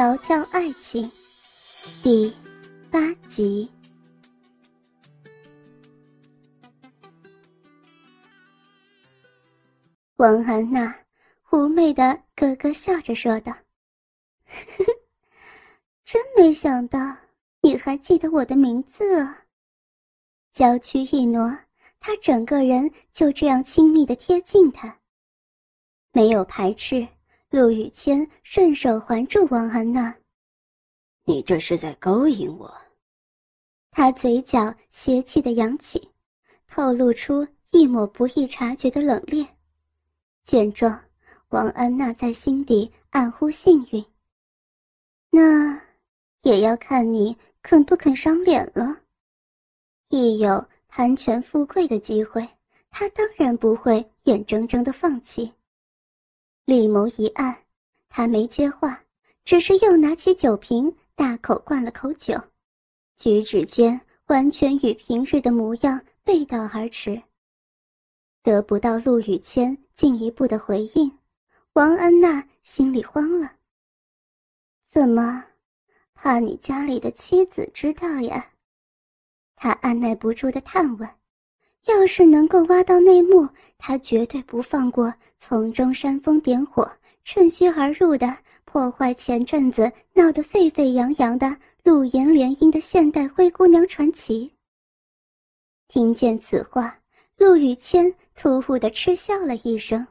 调教爱情第8集。王安娜妩媚地咯咯笑着说道：“呵呵，真没想到你还记得我的名字啊。”娇躯一挪，他整个人就这样亲密地贴近他，没有排斥。陆羽谦顺手环住王安娜。 “你这是在勾引我。” 他嘴角邪气地扬起，透露出一抹不易察觉的冷冽。见状，王安娜在心底暗呼幸运。那也要看你肯不肯赏脸了。一有攀权富贵的机会，他当然不会眼睁睁地放弃。立眸一暗，他没接话，只是又拿起酒瓶大口灌了口酒，举止间完全与平日的模样背道而驰。得不到陆羽谦进一步的回应，王安娜心里慌了。怎么，怕你家里的妻子知道呀？他按耐不住的探问。要是能够挖到内幕，他绝对不放过从中煽风点火，趁虚而入的破坏前阵子闹得沸沸扬扬的陆颜联姻的现代灰姑娘传奇。听见此话，陆羽谦突兀地嗤笑了一声。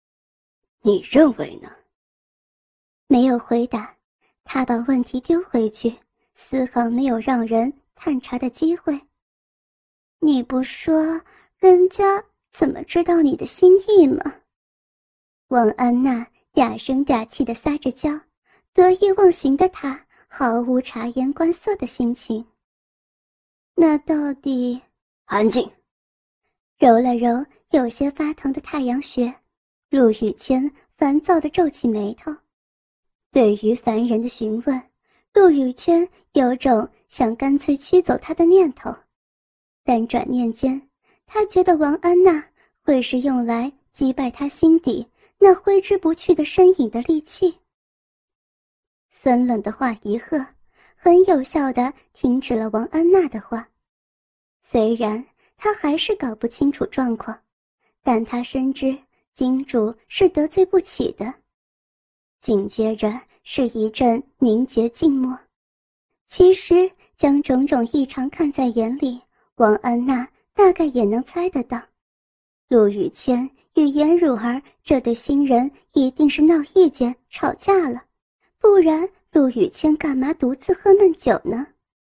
“你认为呢？” 没有回答，他把问题丢回去，丝毫没有让人探查的机会。你不说，人家怎么知道你的心意吗？王安娜嗲声嗲气地撒着娇，得意忘形的她毫无察言观色的心情。那到底…… 安静！ 揉了揉有些发疼的太阳穴，陆羽谦烦躁地皱起眉头。对于凡人的询问，陆羽谦有种想干脆驱走他的念头。但转念间，他觉得王安娜会是用来击败他心底那挥之不去的身影的利器。森冷的话一喝，很有效地停止了王安娜的话。虽然他还是搞不清楚状况，但他深知金主是得罪不起的。紧接着是一阵凝结静默。其实将种种异常看在眼里，王安娜大概也能猜得到，陆羽谦与颜汝儿这对新人一定是闹意见吵架了，不然陆羽谦干嘛独自喝闷酒呢？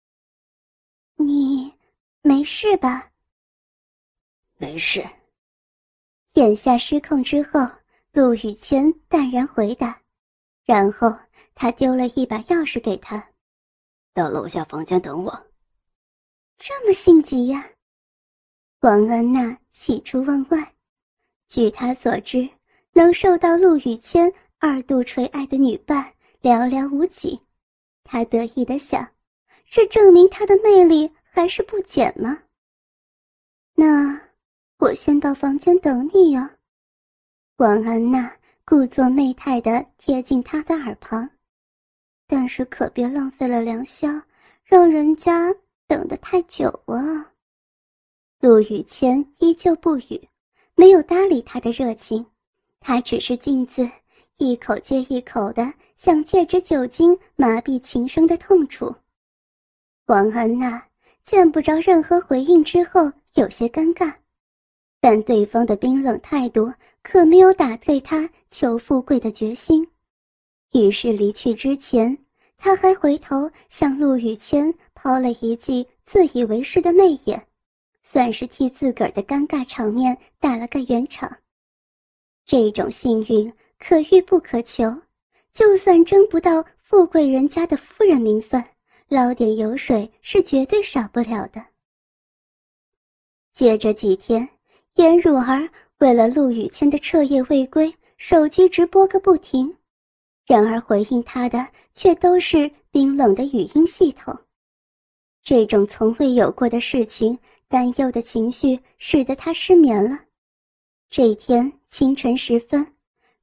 你没事吧？ 没事。 眼下失控之后，陆羽谦淡然回答，然后他丢了一把钥匙给他。 到楼下房间等我。 这么性急呀？王安娜喜出望外。据她所知，能受到陆羽谦2度垂爱的女伴寥寥无几。她得意地想，这证明她的魅力还是不减吗？那我先到房间等你呀。王安娜故作媚态地贴近他的耳旁，但是可别浪费了良宵，让人家等得太久啊。陆羽谦依旧不语，没有搭理他的热情，他只是径自一口接一口的想借着酒精麻痹情生的痛楚。王安娜见不着任何回应之后有些尴尬，但对方的冰冷态度可没有打退他求富贵的决心。于是离去之前，他还回头向陆羽谦抛了一记自以为是的媚眼，算是替自个儿的尴尬场面打了个圆场。这种幸运可遇不可求，就算争不到富贵人家的夫人名分，捞点油水是绝对少不了的。接着几天，颜汝儿为了陆羽谦的彻夜未归，手机直播个不停，然而回应他的却都是冰冷的语音系统。这种从未有过的事情，担忧的情绪使得他失眠了。这一天清晨时分，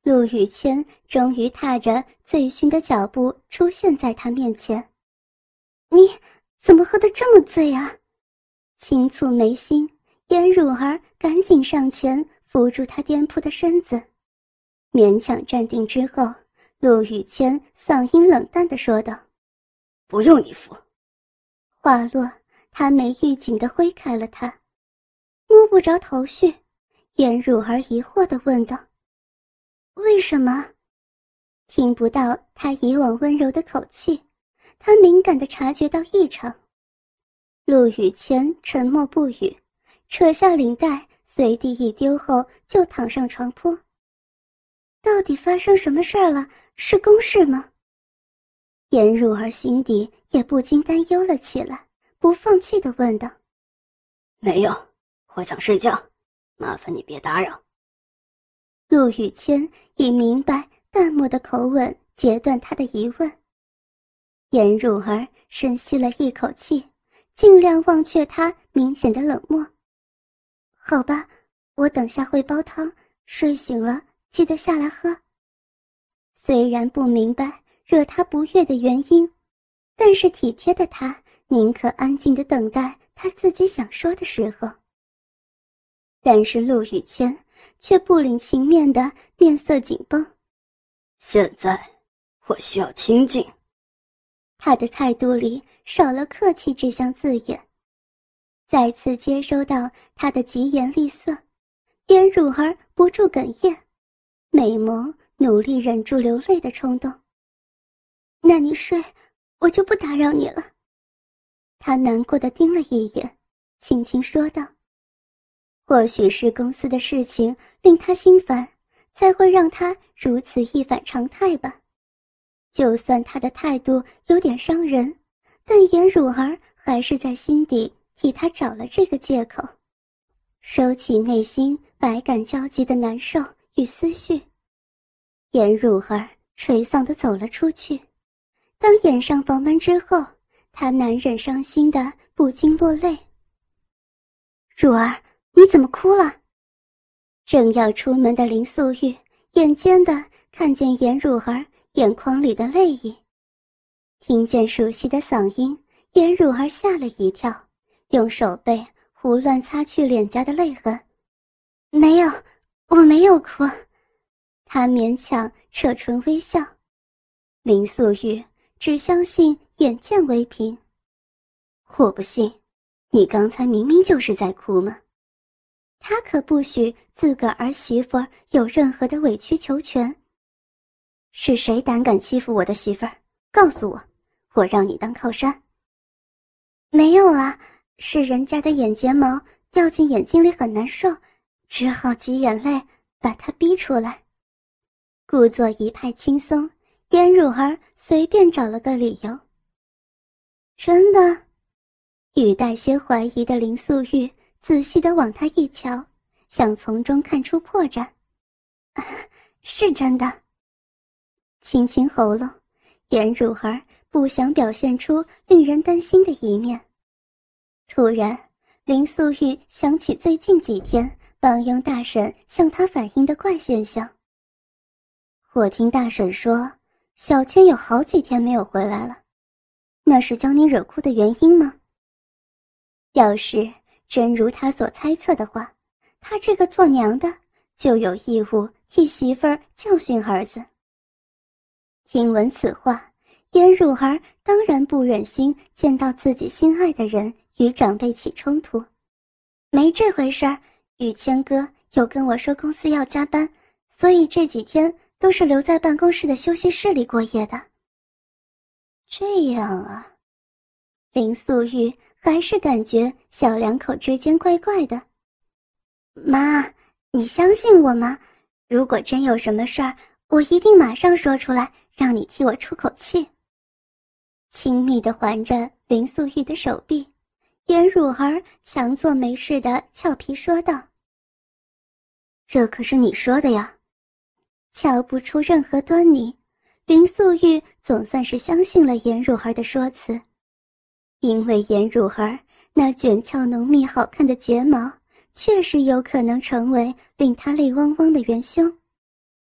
陆雨谦终于踏着醉醺的脚步出现在他面前。你怎么喝得这么醉啊？轻蹙眉心，颜汝儿赶紧上前扶住他颠扑的身子，勉强站定之后，陆雨谦嗓音冷淡地说道： 不用你扶。 话落，他没预警地挥开了他，摸不着头绪。颜汝儿疑惑地问道：为什么？听不到他以往温柔的口气，他敏感地察觉到异常。陆雨谦沉默不语，扯下领带随地一丢后就躺上床铺。到底发生什么事儿了？是公事吗？颜汝儿心底也不禁担忧了起来，不放弃地问道： 没有，我想睡觉，麻烦你别打扰。 陆雨谦以明白淡漠的口吻截断他的疑问。颜汝儿深吸了一口气，尽量忘却他明显的冷漠。好吧，我等下会煲汤，睡醒了记得下来喝。虽然不明白惹他不悦的原因，但是体贴的他宁可安静地等待他自己想说的时候。但是陆雨谦却不领情面的面色紧绷。 现在我需要清静。 他的态度里少了客气这项字眼。再次接收到他的疾言厉色，颜汝儿不住哽咽，美眸努力忍住流泪的冲动。那你睡，我就不打扰你了。他难过的盯了一眼，轻轻说道。或许是公司的事情令他心烦，才会让他如此一反常态吧。就算他的态度有点伤人，但颜汝儿还是在心底替他找了这个借口，收起内心百感交集的难受与思绪。颜汝儿垂丧地走了出去。当掩上房门之后，他难忍伤心的不禁落泪。汝儿，你怎么哭了？正要出门的林素玉眼尖的看见颜汝儿眼眶里的泪意，听见熟悉的嗓音，颜汝儿吓了一跳，用手背胡乱擦去脸颊的泪痕。没有，我没有哭。他勉强扯唇微笑。林素玉只相信眼见为凭。我不信，你刚才明明就是在哭嘛。他可不许自个儿媳妇儿有任何的委曲求全。是谁胆敢欺负我的媳妇儿？告诉我，我让你当靠山。没有啊，是人家的眼睫毛掉进眼睛里很难受，只好挤眼泪把她逼出来。故作一派轻松，颜汝儿随便找了个理由。真的？语带些怀疑的林素玉仔细地往他一瞧，想从中看出破绽。是真的。清清喉咙，颜汝儿不想表现出令人担心的一面。突然，林素玉想起最近几天帮佣大婶向她反映的怪现象。我听大婶说，小千有好几天没有回来了，那是将你惹哭的原因吗？要是真如她所猜测的话，她这个做娘的就有义务替媳妇儿教训儿子。听闻此话，颜汝儿当然不忍心见到自己心爱的人与长辈起冲突。没这回事儿，雨谦哥有跟我说公司要加班，所以这几天都是留在办公室的休息室里过夜的。这样啊。林素玉还是感觉小两口之间怪怪的。妈，你相信我吗？如果真有什么事儿，我一定马上说出来，让你替我出口气。亲密地环着林素玉的手臂，颜汝儿强作没事的俏皮说道：这可是你说的呀。瞧不出任何端倪，林素玉总算是相信了颜汝儿的说辞。因为颜汝儿那卷翘浓密好看的睫毛确实有可能成为令她泪汪汪的元凶。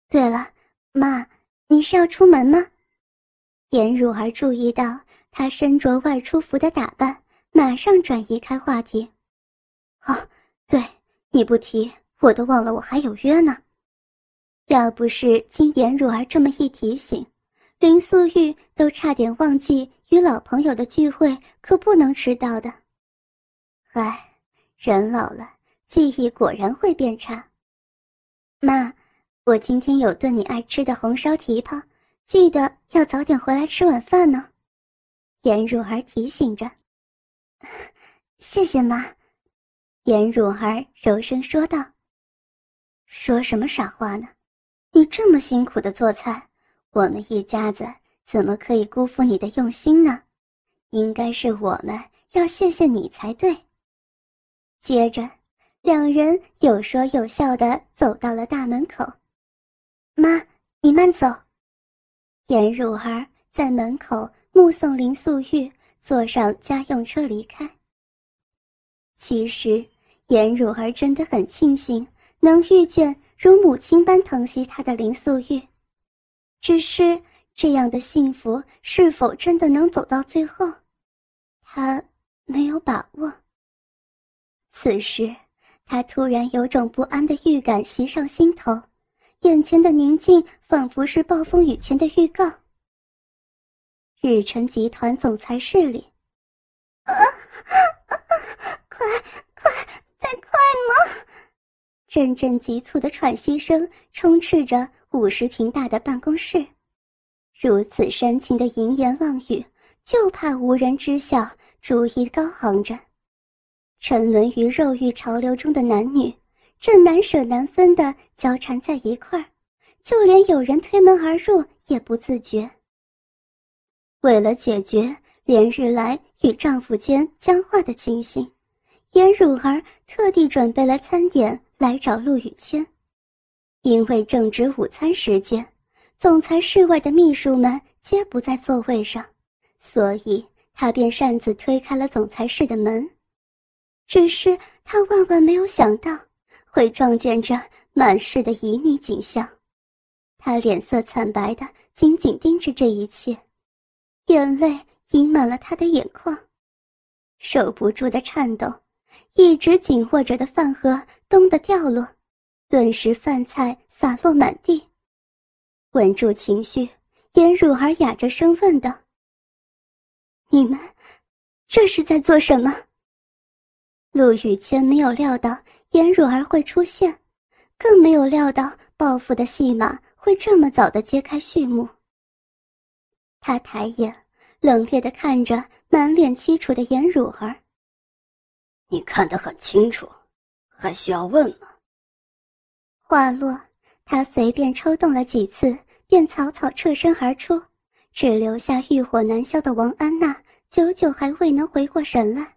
对了，妈，你是要出门吗？颜如儿注意到她身着外出服的打扮，马上转移开话题。哦，对，你不提，我都忘了我还有约呢。要不是经颜如儿这么一提醒，林素玉都差点忘记与老朋友的聚会可不能迟到的。唉，人老了，记忆果然会变差。妈，我今天有炖你爱吃的红烧蹄膀，记得要早点回来吃晚饭呢。颜如儿提醒着。谢谢妈。颜如儿柔声说道。说什么傻话呢？你这么辛苦的做菜，我们一家子怎么可以辜负你的用心呢？应该是我们要谢谢你才对。接着，两人有说有笑地走到了大门口。妈，你慢走。颜如儿在门口目送林素玉坐上家用车离开。其实，颜如儿真的很庆幸能遇见如母亲般疼惜她的林素玉，只是这样的幸福是否真的能走到最后，她没有把握。此时，她突然有种不安的预感袭上心头，眼前的宁静仿佛是暴风雨前的预告。日辰集团总裁室里，快，再快吗？阵阵急促的喘息声充斥着50平大的办公室，如此煽情的淫言妄语，就怕无人知晓，逐一高昂着。沉沦于肉欲潮流中的男女，正难舍难分地交缠在一块儿，就连有人推门而入也不自觉。为了解决连日来与丈夫间僵化的情形，颜如儿特地准备了餐点来找陆雨谦。因为正值午餐时间，总裁室外的秘书们皆不在座位上，所以他便擅自推开了总裁室的门。只是他万万没有想到会撞见这满室的旖旎景象。他脸色惨白地紧紧盯着这一切，眼泪盈满了他的眼眶，受不住的颤抖，一直紧握着的饭盒咚地掉落，顿时饭菜洒落满地。稳住情绪，颜如儿哑着声问道：“你们这是在做什么？”陆雨谦没有料到颜如儿会出现，更没有料到报复的戏码会这么早地揭开序幕。他抬眼冷冽地看着满脸凄楚的颜如儿：“ 你看得很清楚，还需要问吗？” 话落，他随便抽动了几次，便草草侧身而出，只留下欲火难消的王安娜久久还未能回过神来。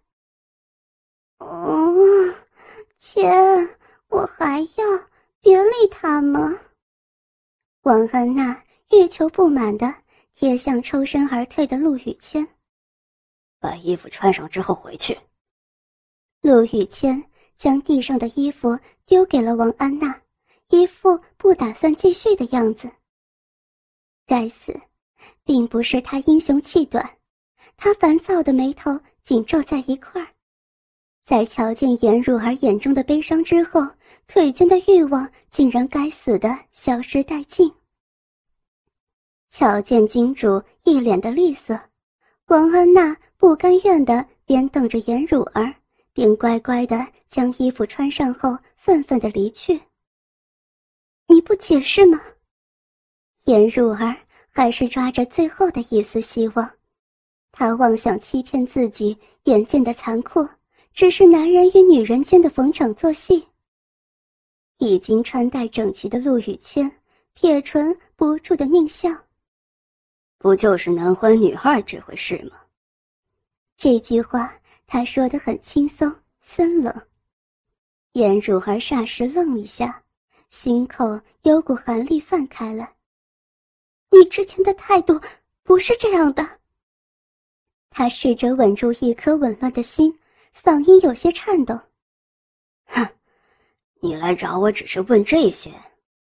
切，我还要，别理他们。王安娜欲求不满地贴向抽身而退的陆雨谦。 把衣服穿上之后回去。 陆雨谦将地上的衣服丢给了王安娜，一副不打算继续的样子。该死，并不是他英雄气短，他烦躁的眉头紧皱在一块儿。在瞧见颜如儿眼中的悲伤之后，腿间的欲望竟然该死的消失殆尽。瞧见金主一脸的厉色，王安娜不甘愿地边瞪着颜如儿，便乖乖地将衣服穿上后愤愤地离去。你不解释吗？颜如儿还是抓着最后的一丝希望，她妄想欺骗自己眼见的残酷只是男人与女人间的逢场作戏。已经穿戴整齐的陆雨谦撇唇不住的狞笑：“ 不就是男欢女爱这回事吗？” 这句话他说得很轻松森冷。颜如儿霎时愣一下，心口有股寒力泛开来。你之前的态度不是这样的。他试着稳住一颗紊乱的心，嗓音有些颤抖。 哼，你来找我只是问这些，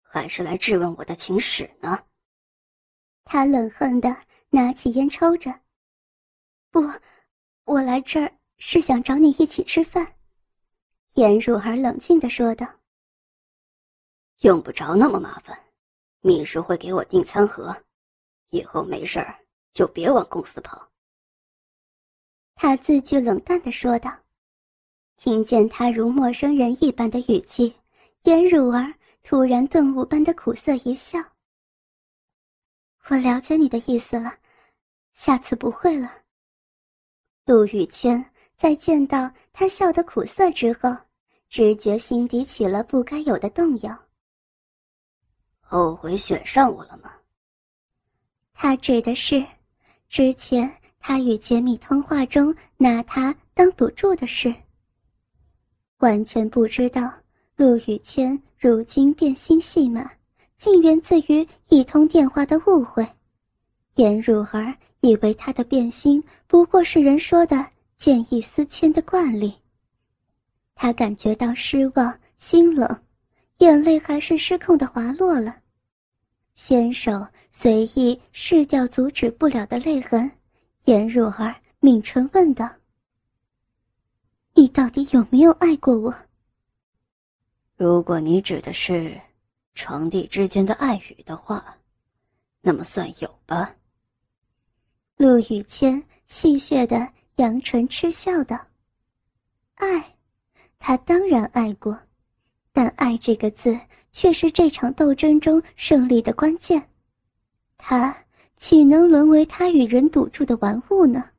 还是来质问我的情史呢？ 他冷哼地拿起烟抽着。不，我来这儿是想找你一起吃饭。颜如儿冷静地说道。 用不着那么麻烦，秘书会给我订餐盒，以后没事儿就别往公司跑。 他字句冷淡地说道。听见他如陌生人一般的语气，颜如儿突然顿悟般的苦涩一笑。我了解你的意思了，下次不会了。陆雨谦在见到他笑得苦涩之后，直觉心底起了不该有的动摇。 后悔选上我了吗？ 他指的是之前他与杰米通话中拿他当赌注的事。完全不知道陆雨谦如今变心戏码竟源自于一通电话的误会。颜如儿以为他的变心不过是人说的见异思迁的惯例。他感觉到失望心冷，眼泪还是失控地滑落了。纤手随意拭掉阻止不了的泪痕，颜如儿抿唇问道：你到底有没有爱过我？ 如果你指的是床地之间的爱语的话，那么算有吧。 陆雨谦戏谑地扬唇嗤笑道：爱，他当然爱过，但爱这个字却是这场斗争中胜利的关键。他岂能沦为他与人赌注的玩物呢？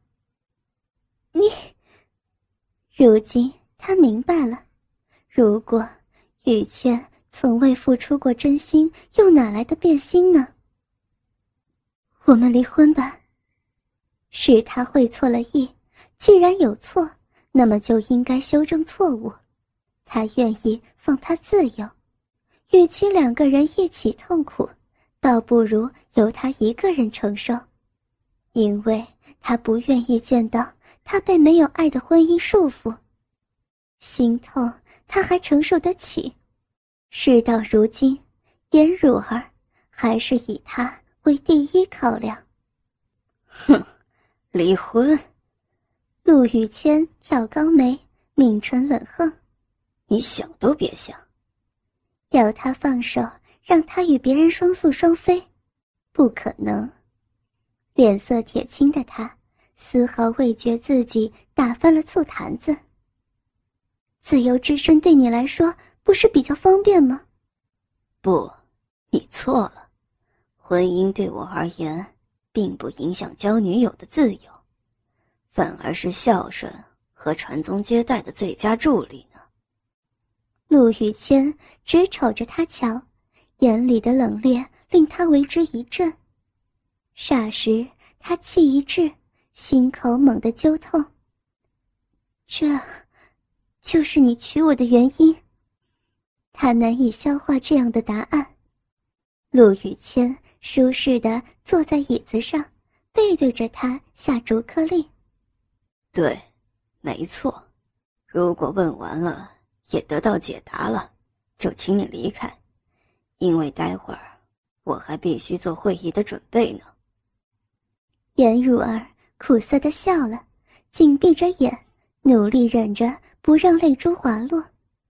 如今他明白了，如果雨谦从未付出过真心，又哪来的变心呢？我们离婚吧。是他会错了意，既然有错，那么就应该修正错误。他愿意放他自由，与其两个人一起痛苦，倒不如由他一个人承受，因为他不愿意见到他被没有爱的婚姻束缚。心痛他还承受得起，事到如今，颜如儿还是以他为第一考量。 哼，离婚？ 陆雨谦挑高眉，抿唇冷哼： 你想都别想。 要他放手，让他与别人双宿双飞？不可能。脸色铁青的他丝毫未觉自己打翻了醋坛子。自由之身对你来说不是比较方便吗？ 不，你错了。婚姻对我而言并不影响交女友的自由，反而是孝顺和传宗接代的最佳助力呢。 陆雨谦只瞅着他瞧，眼里的冷冽令他为之一震。霎时他气一滞，心口猛地揪痛。这就是你娶我的原因？他难以消化这样的答案。陆雨谦舒适地坐在椅子上，背对着他下逐客令。 对，没错。如果问完了也得到解答了，就请你离开，因为待会儿我还必须做会议的准备呢。 颜如儿苦涩地笑了，紧闭着眼，努力忍着不让泪珠滑落。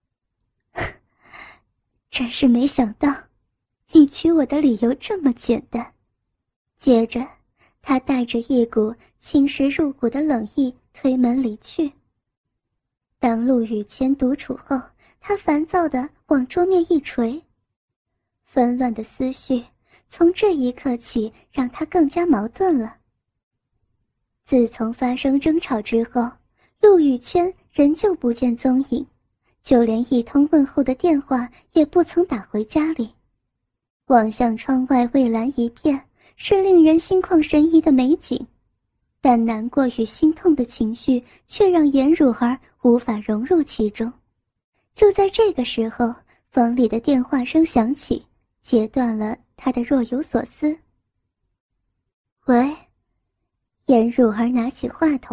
真是没想到你娶我的理由这么简单。接着他带着一股侵蚀入骨的冷意推门离去。当陆雨谦独处后，他烦躁地往桌面一捶，纷乱的思绪从这一刻起让他更加矛盾了。自从发生争吵之后，陆雨谦仍旧不见踪影，就连一通问候的电话也不曾打回家里。望向窗外蔚蓝一片，是令人心旷神怡的美景，但难过与心痛的情绪却让颜如儿无法融入其中。就在这个时候，房里的电话声响起，截断了他的若有所思。喂，颜如儿拿起话筒。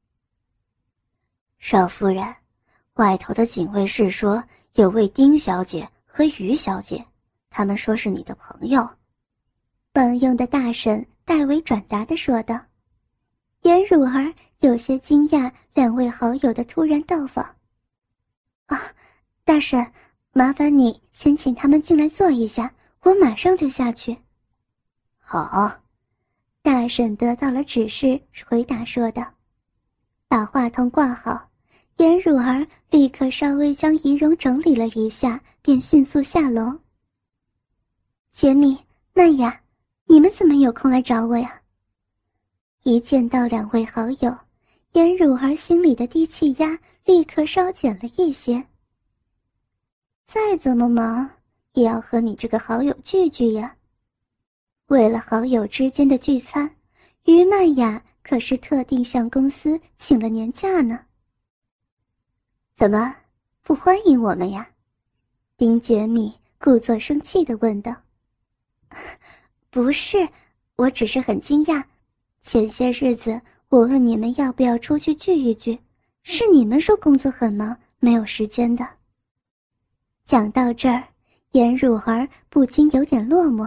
少夫人，外头的警卫室说有位丁小姐和于小姐， 他们说是你的朋友。 帮佣的大婶代为转达地说道。颜汝儿有些惊讶两位好友的突然到访。啊，大婶，麻烦你先请他们进来坐一下，我马上就下去。 好， 大婶得到了指示，回答说道。把话筒挂好，颜汝儿立刻稍微将仪容整理了一下，便迅速下楼。杰米、曼雅，你们怎么有空来找我呀？一见到两位好友，颜汝儿心里的低气压立刻稍减了一些。再怎么忙，也要和你这个好友聚聚呀。为了好友之间的聚餐，于曼雅可是特地向公司请了年假呢。怎么，不欢迎我们呀？丁杰米故作生气地问道。不是，我只是很惊讶。前些日子我问你们要不要出去聚一聚，是你们说工作很忙，没有时间的。讲到这儿，颜汝儿不禁有点落寞。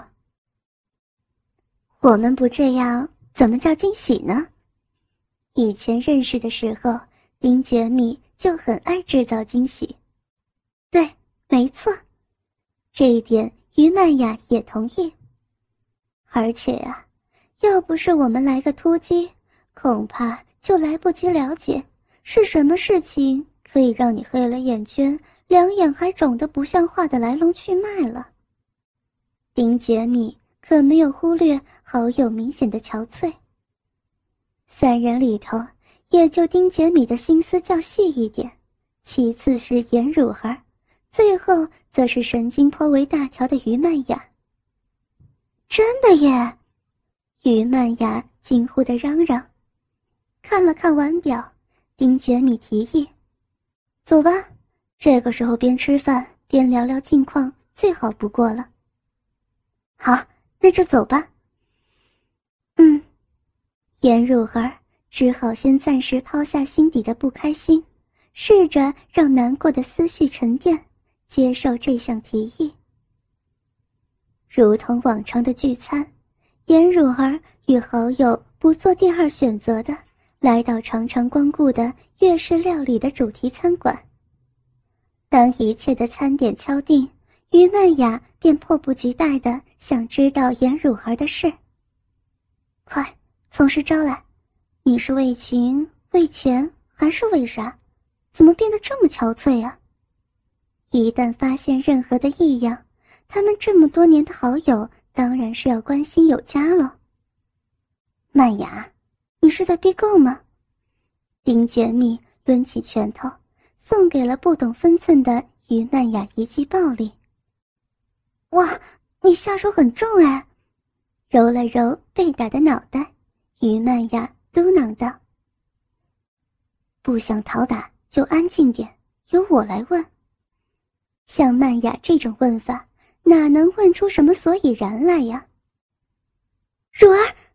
我们不这样，怎么叫惊喜呢？以前认识的时候，丁杰米就很爱制造惊喜。对，没错，这一点于曼雅也同意。而且啊，要不是我们来个突击，恐怕就来不及了解是什么事情可以让你黑了眼圈，两眼还肿得不像话的来龙去脉了。丁杰米可没有忽略好友明显的憔悴。三人里头，也就丁杰米的心思较细一点，其次是颜汝儿，最后则是神经颇为大条的于曼雅。真的耶！于曼雅惊呼地嚷嚷。看了看腕表，丁杰米提议：走吧，这个时候边吃饭边聊聊近况最好不过了。好，那就走吧。颜汝儿只好先暂时抛下心底的不开心，试着让难过的思绪沉淀，接受这项提议。如同往常的聚餐，颜汝儿与好友不做第二选择的来到常常光顾的粤式料理的主题餐馆。当一切的餐点敲定，于曼雅便迫不及待地想知道颜汝儿的事。快，从实招来，你是为情为钱还是为啥？怎么变得这么憔悴啊？一旦发现任何的异样，他们这么多年的好友当然是要关心有加了。曼雅，你是在逼供吗？丁杰密抡起拳头，送给了不懂分寸的于曼雅一记暴力。哇，你下手很重哎！揉了揉被打的脑袋，于曼雅嘟囔道：不想讨打就安静点，由我来问。像曼雅这种问法，哪能问出什么所以然来呀？汝儿，